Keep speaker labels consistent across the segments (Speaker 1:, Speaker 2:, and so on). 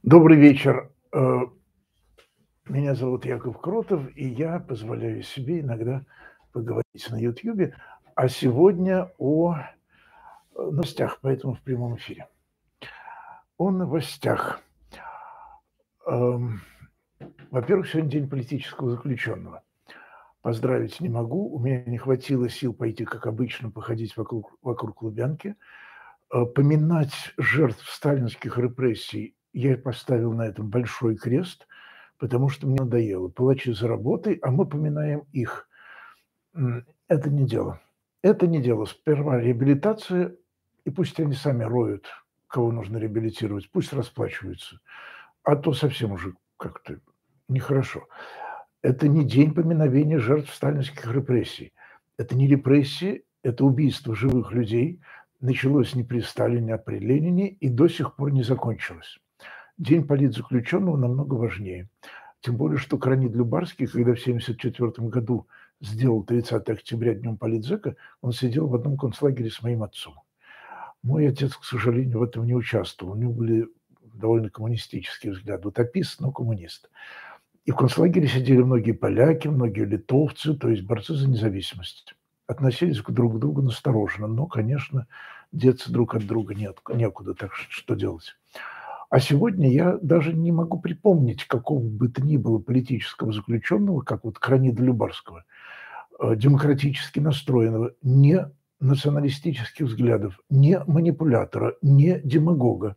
Speaker 1: Добрый вечер. Меня зовут Яков Кротов, и я позволяю себе иногда поговорить на "Ютьюбе", а сегодня о новостях, поэтому в прямом эфире. О новостях. Ам, Во-первых, сегодня день политического заключенного. Поздравить не могу, у меня не хватило сил пойти, как обычно, походить вокруг Лубянки. Поминать жертв сталинских репрессий я поставил на этом большой крест, потому что мне надоело. Палачи за работой, а мы поминаем их. Это не дело. Это не дело. Сперва реабилитация, и пусть они сами роют, кого нужно реабилитировать, пусть расплачиваются. А то совсем уже как-то нехорошо. Это не день поминовения жертв сталинских репрессий. Это не репрессии, это убийство живых людей. Началось не при Сталине, а при Ленине и до сих пор не закончилось. День политзаключенного намного важнее. Тем более, что Кранид Любарский, когда в 1974 году сделал 30 октября днем политзака, он сидел в одном концлагере с моим отцом. Мой отец, к сожалению, в этом не участвовал. У него были довольно коммунистические взгляды. Утопист, но коммунист. И в концлагере сидели многие поляки, многие литовцы, то есть борцы за независимость. Относились друг к другу настороженно, но, конечно, деться друг от друга некуда, так что делать? А сегодня я даже не могу припомнить какого бы то ни было политического заключенного, как вот Кранида Любарского, демократически настроенного, не националистических взглядов, не манипулятора, не демагога.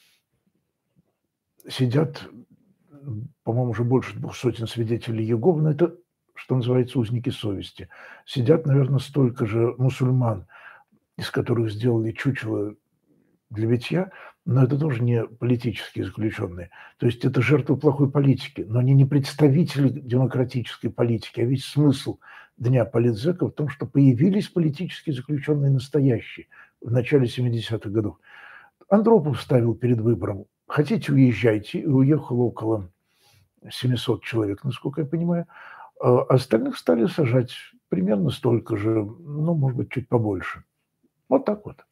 Speaker 1: Сидят, по-моему, уже больше 200 свидетелей Иеговы, но это, что называется, узники совести. Сидят, наверное, столько же мусульман, из которых сделали чучело для битья, но это тоже не политические заключенные. То есть это жертвы плохой политики, но они не представители демократической политики, а весь смысл Дня политзека в том, что появились политические заключенные настоящие в начале 70-х годов. Андропов ставил перед выбором: хотите — уезжайте, и уехало около 700 человек, насколько я понимаю. А остальных стали сажать примерно столько же, ну, может быть, чуть побольше. Вот так вот.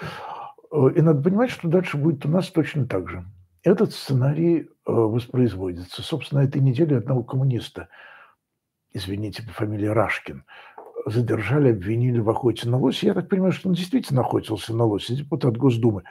Speaker 1: И надо понимать, что дальше будет у нас точно так же. Этот сценарий воспроизводится. Собственно, на этой неделе одного коммуниста, извините, по фамилии Рашкин, задержали, обвинили в охоте на лося. Я так понимаю, что он действительно охотился на лося, депутат Госдумы.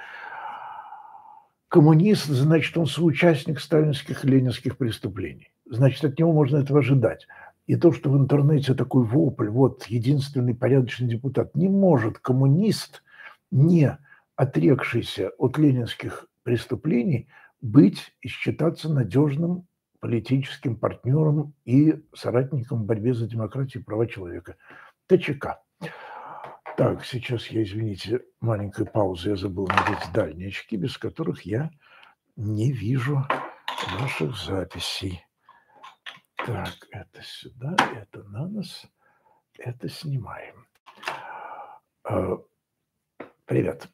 Speaker 1: Коммунист, значит, он соучастник сталинских и ленинских преступлений. Значит, от него можно этого ожидать. И то, что в интернете такой вопль, вот единственный порядочный депутат, не может коммунист, не отрекшийся от ленинских преступлений, быть и считаться надежным политическим партнером и соратником в борьбе за демократию и права человека. ТЧК. Так, сейчас я, извините, маленькая пауза, я забыл надеть дальние очки, без которых я не вижу ваших записей. Так, это сюда, это на нос, это снимаем. А, Привет.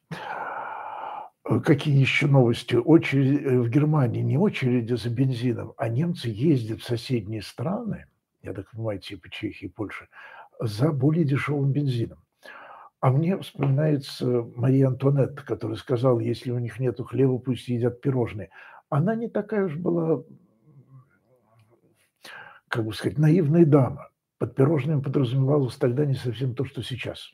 Speaker 1: Какие еще новости? Очередь в Германии, не очереди за бензином, а немцы ездят в соседние страны, я так понимаю, типа Чехии, Польши, за более дешевым бензином. А мне вспоминается Мария Антуанетта, которая сказала: если у них нету хлеба, пусть едят пирожные. Она не такая уж была, как бы сказать, наивная дама. Под пирожными подразумевалось тогда не совсем то, что сейчас.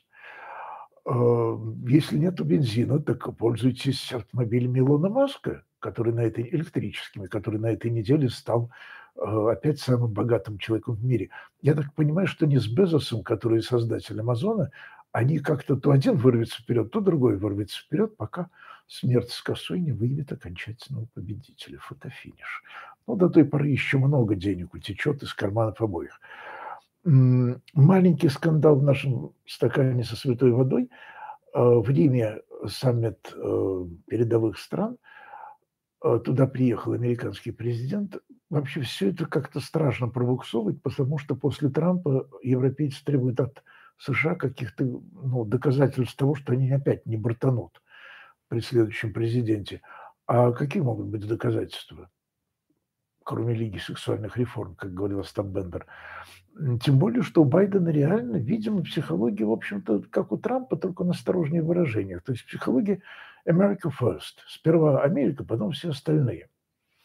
Speaker 1: Если нету бензина, так пользуйтесь автомобилями Илона Маска, который на этой электрическими, который на этой неделе стал опять самым богатым человеком в мире. Я так понимаю, что не с Безосом, который создатель Амазона, они как-то то один вырвется вперед, то другой вырвется вперед, пока смерть с косой не выявит окончательного победителя. Фотофиниш. Ну, до той поры еще много денег утечет из карманов обоих. Маленький скандал в нашем стакане со святой водой. В Риме саммит передовых стран. Туда приехал американский президент. Вообще все это как-то страшно пробуксовывать, потому что после Трампа европейцы требуют от США каких-то, ну, доказательств того, что они опять не бортанут при следующем президенте. А какие могут быть доказательства, кроме Лиги сексуальных реформ, как говорил Остап Бендер? Тем более, что у Байдена реально, видимо, психология, в общем-то, как у Трампа, только он осторожнее в выражениях. То есть психология America first. Сперва Америка, потом все остальные.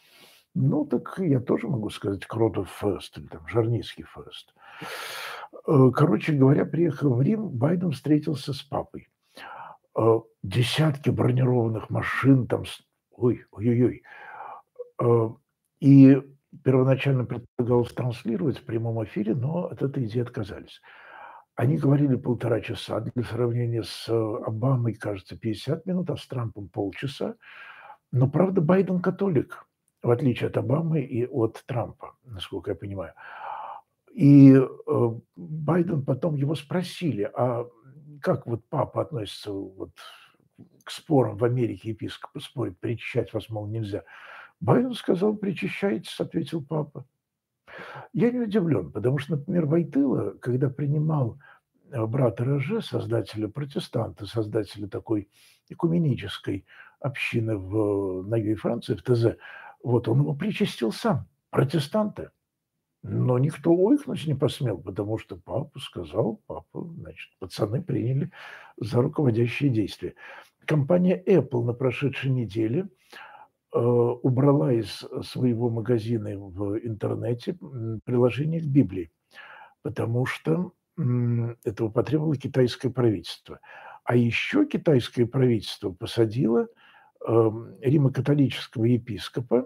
Speaker 1: Ну, так я тоже могу сказать Кротов Фест или там Жарницкий Фест. Короче говоря, приехав в Рим, Байден встретился с папой. Десятки бронированных машин там, ой, ой-ой-ой. Э, и первоначально предполагалось транслировать в прямом эфире, но от этой идеи отказались. Они говорили 1,5 часа, для сравнения с Обамой, кажется, 50 минут, а с Трампом полчаса. Но, правда, Байден католик, в отличие от Обамы и от Трампа, насколько я понимаю. И Байден потом его спросили, а как вот папа относится вот к спорам в Америке, епископы спорят, причащать вас, мол, нельзя. Байден сказал: "Причащайтесь", — ответил папа. Я не удивлен, потому что, например, Войтыла, когда принимал, брата Роже, создателя протестанта, создателя такой экуменической общины на юге Франции, в ТЗ, вот он его причастил сам, протестанта. Но никто ойкнуть не посмел, потому что папа сказал, папа, значит, пацаны приняли за руководящие действия. Компания Apple на прошедшей неделе убрала из своего магазина в интернете приложение к Библии, потому что этого потребовало китайское правительство. А еще китайское правительство посадило римо-католического епископа,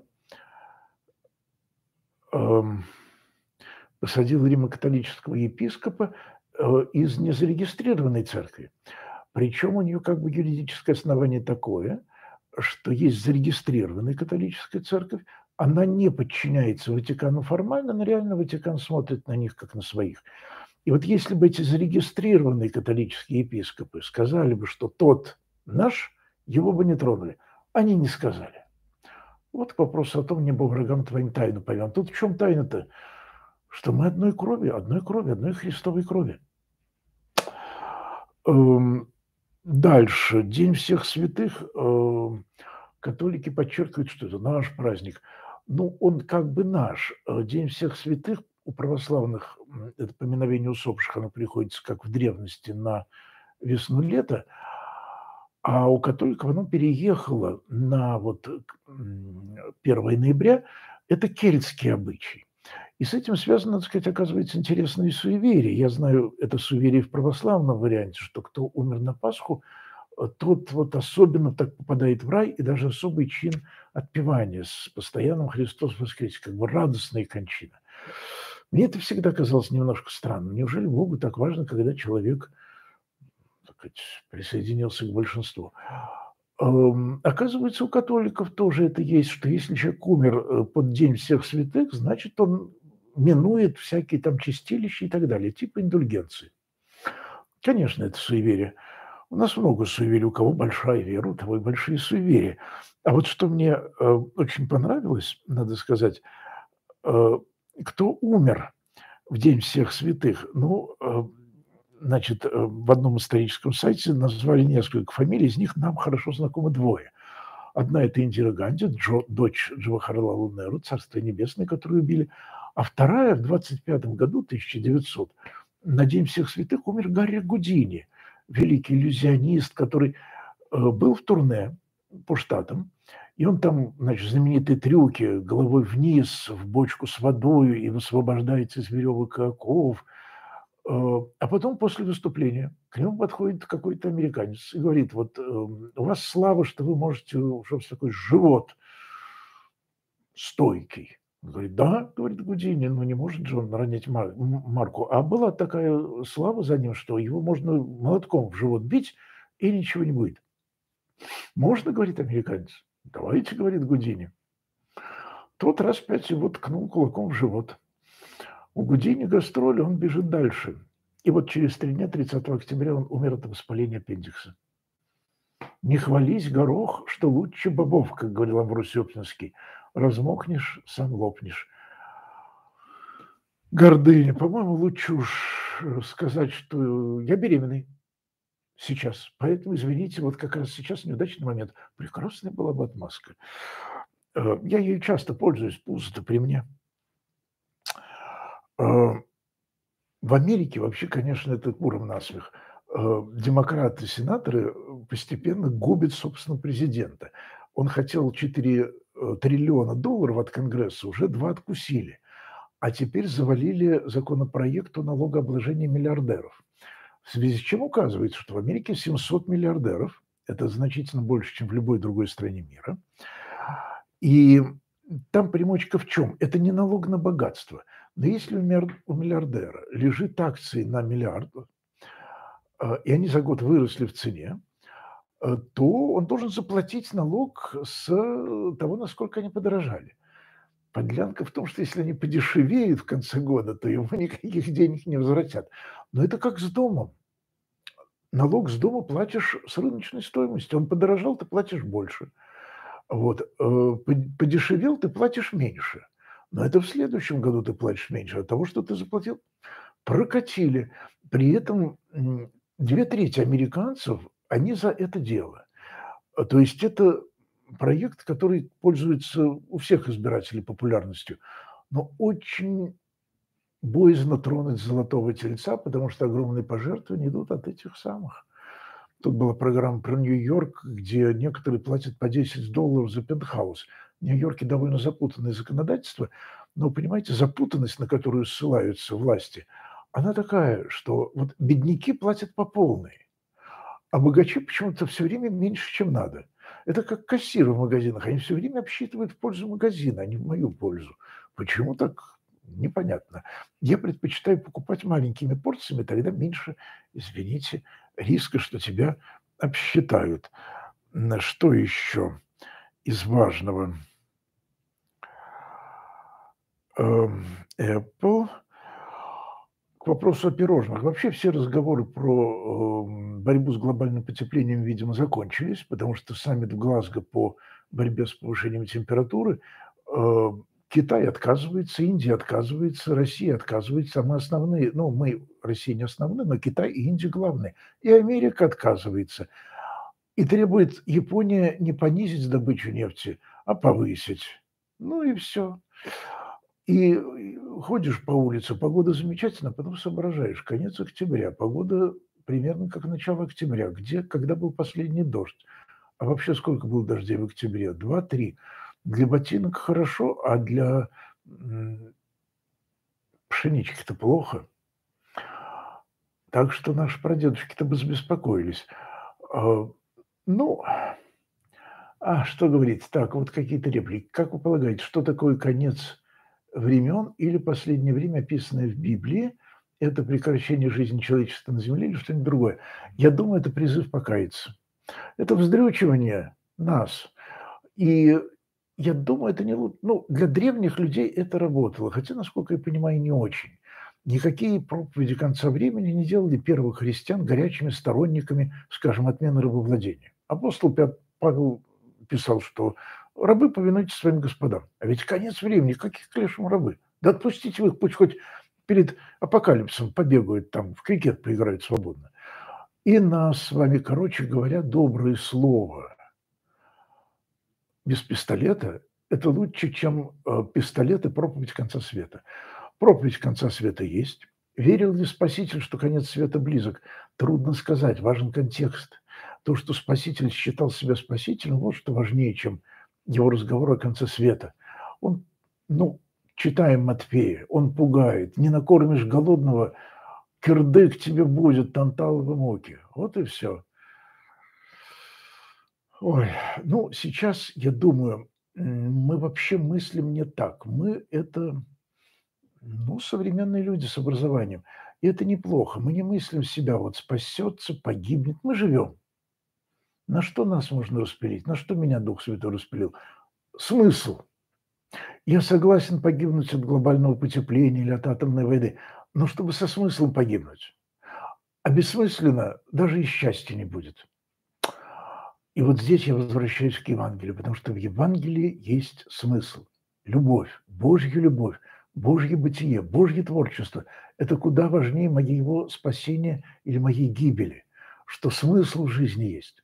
Speaker 1: эм, посадило римо-католического епископа из незарегистрированной церкви. Причем у нее как бы юридическое основание такое, что есть зарегистрированная католическая церковь, она не подчиняется Ватикану формально, но реально Ватикан смотрит на них как на своих. И вот если бы эти зарегистрированные католические епископы сказали бы, что тот наш, его бы не тронули. Они не сказали. Вот к вопросу о том, не по врагам твоим тайну повем. Тут в чем тайна-то? Что мы одной крови, одной Христовой крови. Дальше. День всех святых. Католики подчеркивают, что это наш праздник. Ну, он как бы наш. День всех святых у православных, это поминовение усопших, оно приходится, как в древности, на весну-лето, а у католиков оно переехало на вот 1 ноября. Это кельтский обычай. И с этим связано, надо сказать, оказывается, интересные суеверия. Я знаю это суеверие в православном варианте, что кто умер на Пасху, тот вот особенно так попадает в рай, и даже особый чин отпевания с постоянным «Христос воскресе», как бы радостная кончина. Мне это всегда казалось немножко странным. Неужели Богу так важно, когда человек, так сказать, присоединился к большинству? Оказывается, у католиков тоже это есть, что если человек умер под День всех святых, значит, он минует всякие там чистилища и так далее, типа индульгенции. Конечно, это суеверие. У нас много суеверий. У кого большая вера, у того и большие суеверия. А вот что мне очень понравилось, надо сказать, э, кто умер в День всех святых. Ну, значит, в одном историческом сайте назвали несколько фамилий, из них нам хорошо знакомы двое. Одна – это Индира Ганди, дочь Джавахарлала Неру, Царство Небесное, которую убили. А вторая в 25 году, 1900, на День всех святых умер Гарри Гудини, великий иллюзионист, который был в турне по Штатам, и он там, значит, знаменитые трюки головой вниз в бочку с водой и высвобождается из веревок и оков. А потом после выступления к нему подходит какой-то американец и говорит: "Вот у вас слава, что вы можете, что у вас такой живот стойкий". Он говорит: "Да, - говорит Гудини, - но не может же он ронять марку". А была такая слава за ним, что его можно молотком в живот бить, и ничего не будет. "Можно, - говорит американец. "Давайте, - говорит Гудини". Тот раз 5 его ткнул кулаком в живот. У Гудини гастроли, он бежит дальше. И вот через 3 дня, 30 октября, он умер от воспаления аппендикса. "Не хвались, горох, что лучше бобов", как говорил Амвросий Оптинский. "Размокнешь, сам лопнешь". Гордыня. По-моему, лучше уж сказать, что я беременный сейчас. Поэтому, извините, вот как раз сейчас неудачный момент. Прекрасная была бы отмазка. Я ею часто пользуюсь, пузо-то при мне. Э, В Америке вообще, конечно, это куром насмех. Демократы-сенаторы постепенно губят, собственно, президента. Он хотел 4 триллиона долларов от Конгресса уже 2 откусили. А теперь завалили законопроект о налогообложении миллиардеров. В связи с чем указывается, что в Америке 700 миллиардеров. Это значительно больше, чем в любой другой стране мира. И там примочка в чем? Это не налог на богатство. Но если у миллиардера лежит акции на миллиард, и они за год выросли в цене, то он должен заплатить налог с того, насколько они подорожали. Подлянка в том, что если они подешевеют в конце года, то ему никаких денег не возвратят. Но это как с домом. Налог с дома платишь с рыночной стоимостью. Он подорожал, ты платишь больше. Вот. Подешевел, ты платишь меньше. Но это в следующем году ты платишь меньше от того, что ты заплатил. Прокатили. При этом 2/3 американцев, они за это дело. То есть это проект, который пользуется у всех избирателей популярностью, но очень боязно тронуть золотого тельца, потому что огромные пожертвования идут от этих самых. Тут была программа про Нью-Йорк, где некоторые платят по $10 за пентхаус. В Нью-Йорке довольно запутанное законодательство, но, понимаете, запутанность, на которую ссылаются власти, она такая, что вот бедняки платят по полной, а богачи почему-то все время меньше, чем надо. Это как кассиры в магазинах. Они все время обсчитывают в пользу магазина, а не в мою пользу. Почему так? Непонятно. Я предпочитаю покупать маленькими порциями, тогда меньше, извините, риска, что тебя обсчитают. Что еще из важного? Apple. К вопросу о пирожных. Вообще все разговоры про борьбу с глобальным потеплением, видимо, закончились, потому что саммит в Глазго по борьбе с повышением температуры, Китай отказывается, Индия отказывается, Россия отказывается. Мы основные, ну, мы, Россия не основные, но Китай и Индия главные. И Америка отказывается. И требует Япония не понизить добычу нефти, а повысить. Ну и все. И ходишь по улице, погода замечательная, потом соображаешь, конец октября, погода примерно как начало октября, где, когда был последний дождь. А вообще сколько было дождей в октябре? 2-3. Для ботинок хорошо, а для пшенички-то плохо. Так что наши прадедушки-то бы забеспокоились. А, ну, что говорить? Так, вот какие-то реплики. Как вы полагаете, что такое конец времен или последнее время, описанное в Библии? Это прекращение жизни человечества на земле или что-нибудь другое? Я думаю, это призыв покаяться. Это вздрючивание нас. И я думаю, это не ну, для древних людей это работало, хотя, насколько я понимаю, не очень. Никакие проповеди конца времени не делали первых христиан горячими сторонниками, скажем, отмены рабовладения. Апостол Павел писал, что рабы, повинуйтесь своим господам. А ведь конец времени, каких к лешему рабы? Да отпустите вы их, пусть хоть перед апокалипсисом побегают там, в крикет поиграют свободно. И нас с вами, короче говоря, доброе слово без пистолета – это лучше, чем пистолет и проповедь конца света. Проповедь конца света есть. Верил ли Спаситель, что конец света близок? Трудно сказать, важен контекст. То, что Спаситель считал себя спасителем, вот что важнее, чем его разговор о конце света. Он, читаем Матфея, он пугает. Не накормишь голодного, кирдык тебе будет, танталовы муки. Вот и все. Ой, сейчас, я думаю, мы вообще мыслим не так. Мы это, современные люди с образованием. И это неплохо. Мы не мыслим себя, вот спасется, погибнет. Мы живем. На что нас можно распилить? На что меня Дух Святой распилил? Смысл. Я согласен погибнуть от глобального потепления или от атомной войны, но чтобы со смыслом погибнуть. А бессмысленно даже и счастья не будет. И вот здесь я возвращаюсь к Евангелию, потому что в Евангелии есть смысл. Любовь, Божье бытие, Божье творчество. Это куда важнее моего спасения или моей гибели, что смысл в жизни есть.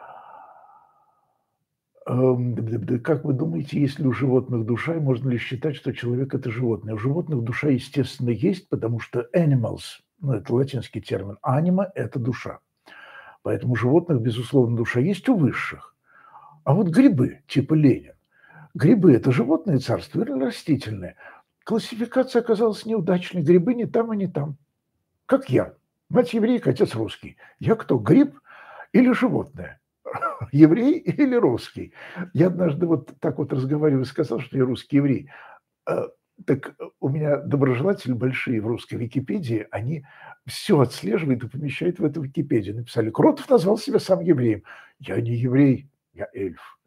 Speaker 1: Как вы думаете, есть ли у животных душа, и можно ли считать, что человек – это животное? У животных душа, естественно, есть, потому что animals, это латинский термин, anima – это душа. Поэтому у животных, безусловно, душа есть у высших. А вот грибы, типа Ленин, Грибы – это животное царство или растительное? Классификация оказалась неудачной. Грибы не там и не там. Как я. Мать еврейка, отец русский. Я кто, гриб или животное? Еврей или русский? Я однажды вот так вот разговаривая сказал, что я русский еврей. А, так у меня доброжелатели большие в русской Википедии, они все отслеживают и помещают в эту Википедию. Написали: Кротов назвал себя сам евреем. Я не еврей, я эльф.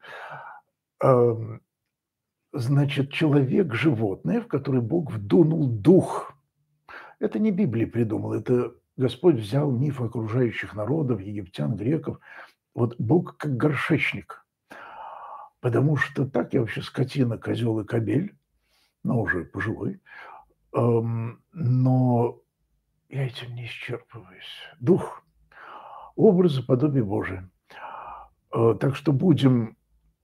Speaker 1: Значит, человек – животное, в которое Бог вдунул дух. Это не Библия придумала, это Господь взял миф окружающих народов, египтян, греков. Вот Бог как горшечник. Потому что так я вообще скотина, козел и кобель, но уже пожилой. Но я этим не исчерпываюсь. Дух, образы, подобие Божие. Так что будем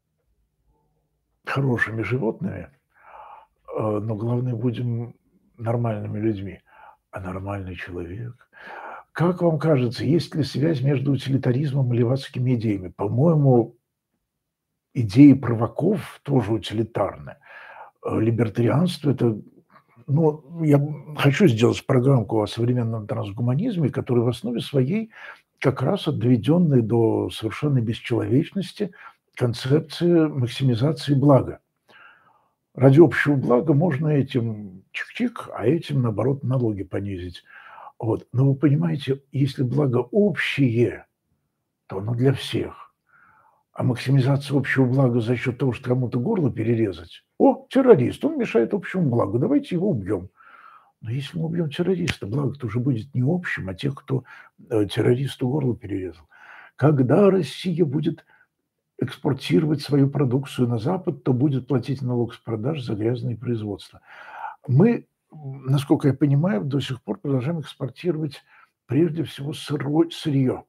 Speaker 1: хорошими животными, но главное, будем нормальными людьми. А нормальный человек. Как вам кажется, есть ли связь между утилитаризмом и левацкими идеями? По-моему, идеи праваков тоже утилитарны. Либертарианство – это… Ну, я хочу сделать программку о современном трансгуманизме, который в основе своей как раз доведенной до совершенной бесчеловечности концепции максимизации блага. Ради общего блага можно этим чик-чик, а этим, наоборот, налоги понизить. Вот. Но вы понимаете, если благо общее, то оно для всех. А максимизация общего блага за счет того, что кому-то горло перерезать. О, террорист, он мешает общему благу, давайте его убьем. Но если мы убьем террориста, благо-то уже будет не общим, а тех, кто террористу горло перерезал. Когда Россия будет экспортировать свою продукцию на Запад, то будет платить налог с продаж за грязное производство. Мы, насколько я понимаю, до сих пор продолжаем экспортировать прежде всего сырье.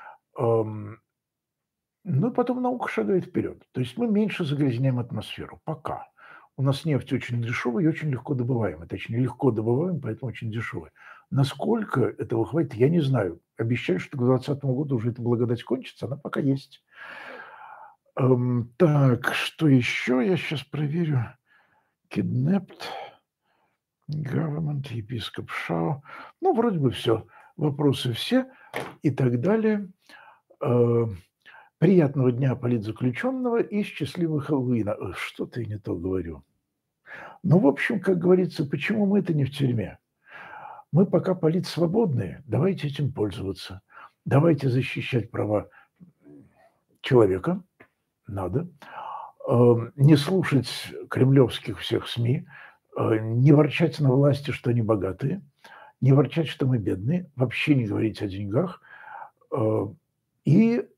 Speaker 1: Но потом наука шагает вперед. То есть мы меньше загрязняем атмосферу. Пока. У нас нефть очень дешевая и очень легко добываемая. Точнее, легко добываемая, поэтому очень дешевая. Насколько этого хватит, я не знаю. Обещаю, что к 2020 году уже эта благодать кончится. Она пока есть. Так, что еще? Я сейчас проверю. Kidnapped, government, епископ Шао. Ну, вроде бы все. Вопросы все и так далее. Приятного дня политзаключенного и счастливого Хэллоуина. Что-то я не то говорю. Ну, в общем, как говорится, почему мы-то не в тюрьме? Мы пока политсвободные, давайте этим пользоваться. Давайте защищать права человека, надо. Не слушать кремлевских всех СМИ, не ворчать на власти, что они богатые, не ворчать, что мы бедные, вообще не говорить о деньгах. И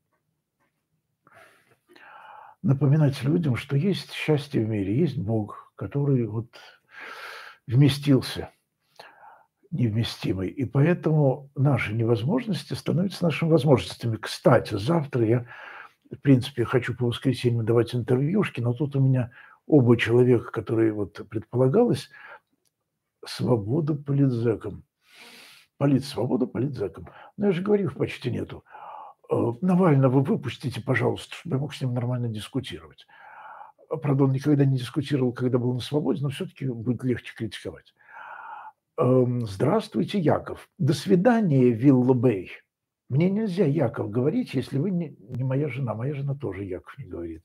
Speaker 1: напоминать людям, что есть счастье в мире, есть Бог, который вот вместился невместимый. И поэтому наши невозможности становятся нашими возможностями. Кстати, завтра я, в принципе, хочу по воскресеньям давать интервьюшки, но тут у меня оба человека, которые вот предполагалось, свобода политзеком. Политсвобода политзеком. Но я же говорю, их почти нету. Навального выпустите, пожалуйста, чтобы я мог с ним нормально дискутировать. Правда, он никогда не дискутировал, когда был на свободе, но все-таки будет легче критиковать. Здравствуйте, Яков. До свидания, Вилла Бэй. Мне нельзя Яков говорить, если вы не моя жена. Моя жена тоже Яков не говорит.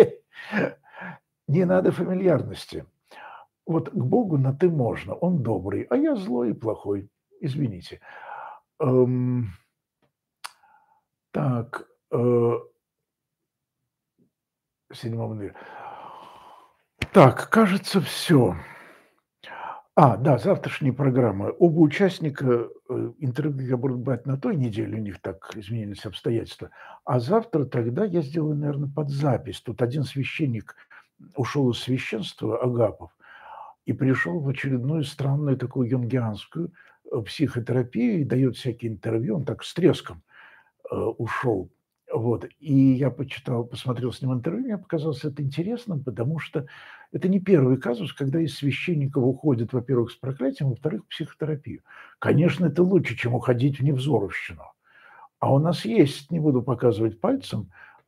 Speaker 1: Не надо фамильярности. Вот к Богу на «ты» можно. Он добрый, а я злой и плохой. Извините. Так, 7 ноября. Так, кажется, все. Да, завтрашняя программа. Оба участника интервью я буду брать на той неделе, у них так изменились обстоятельства. А завтра тогда я сделаю, наверное, под запись. Тут один священник ушел из священства, Агапов, и пришел в очередную странную такую юнгианскую психотерапию и дает всякие интервью. Он так с треском ушел. Вот. И я посмотрел с ним интервью, мне показалось это интересным, потому что это не первый казус, когда из священников уходят, во-первых, с проклятием, во-вторых, в психотерапию. Конечно, это лучше, чем уходить в невзоровщину. А у нас есть, не буду показывать пальцем,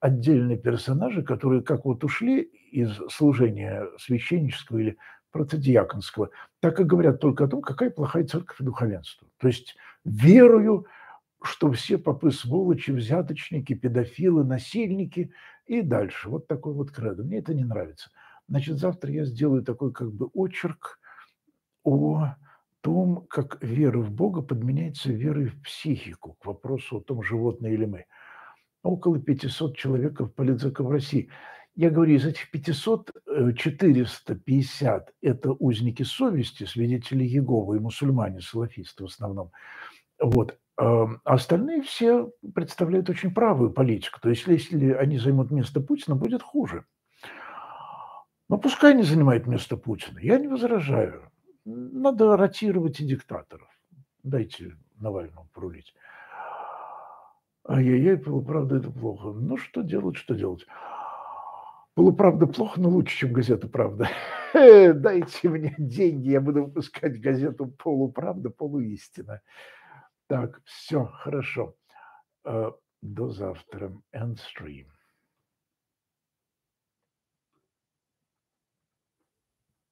Speaker 1: отдельные персонажи, которые как вот ушли из служения священнического или протодиаконского, так и говорят только о том, какая плохая церковь и духовенство. То есть верую, что все попы сволочи, взяточники, педофилы, насильники и дальше. Вот такой вот кредо. Мне это не нравится. Значит, завтра я сделаю такой как бы очерк о том, как вера в Бога подменяется верой в психику, к вопросу о том, животные или мы. Около 500 человек политзака в России. Я говорю, из этих 500 450 – это узники совести, свидетели Иеговы и мусульмане, салафисты в основном. Вот. А остальные все представляют очень правую политику. То есть если они займут место Путина, будет хуже. Но пускай они занимают место Путина. Я не возражаю. Надо ротировать и диктаторов. Дайте Навальному порулить. Ай-яй-яй, полуправда – это плохо. Ну, что делать, что делать? Полуправда плохо, но лучше, чем газета «Правда». Дайте мне деньги, я буду выпускать газету «Полуправда», «Полуистина». Так, все хорошо. До завтра. End stream.